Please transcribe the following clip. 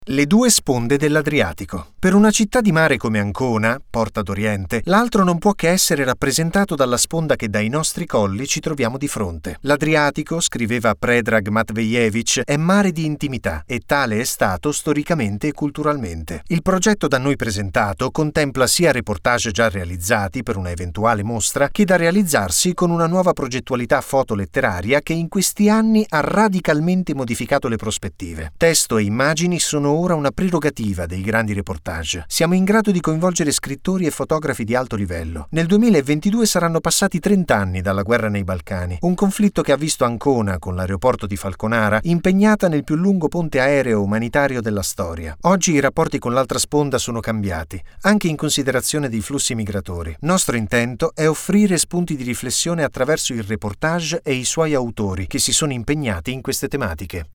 Le due sponde dell'Adriatico. Per una città di mare come Ancona, Porta d'Oriente, l'altro non può che essere rappresentato dalla sponda che dai nostri colli ci troviamo di fronte. L'Adriatico, scriveva Predrag Matvejevic, è mare di intimità e tale è stato storicamente e culturalmente. Il progetto da noi presentato contempla sia reportage già realizzati per una eventuale mostra che da realizzarsi con una nuova progettualità fotoletteraria che in questi anni ha radicalmente modificato le prospettive. Testo e immagini sono ora una prerogativa dei grandi reportage. Siamo in grado di coinvolgere scrittori e fotografi di alto livello. Nel 2022 saranno passati 30 anni dalla guerra nei Balcani, un conflitto che ha visto Ancona, con l'aeroporto di Falconara, impegnata nel più lungo ponte aereo umanitario della storia. Oggi i rapporti con l'altra sponda sono cambiati, anche in considerazione dei flussi migratori. Nostro intento è offrire spunti di riflessione attraverso il reportage e i suoi autori che si sono impegnati in queste tematiche.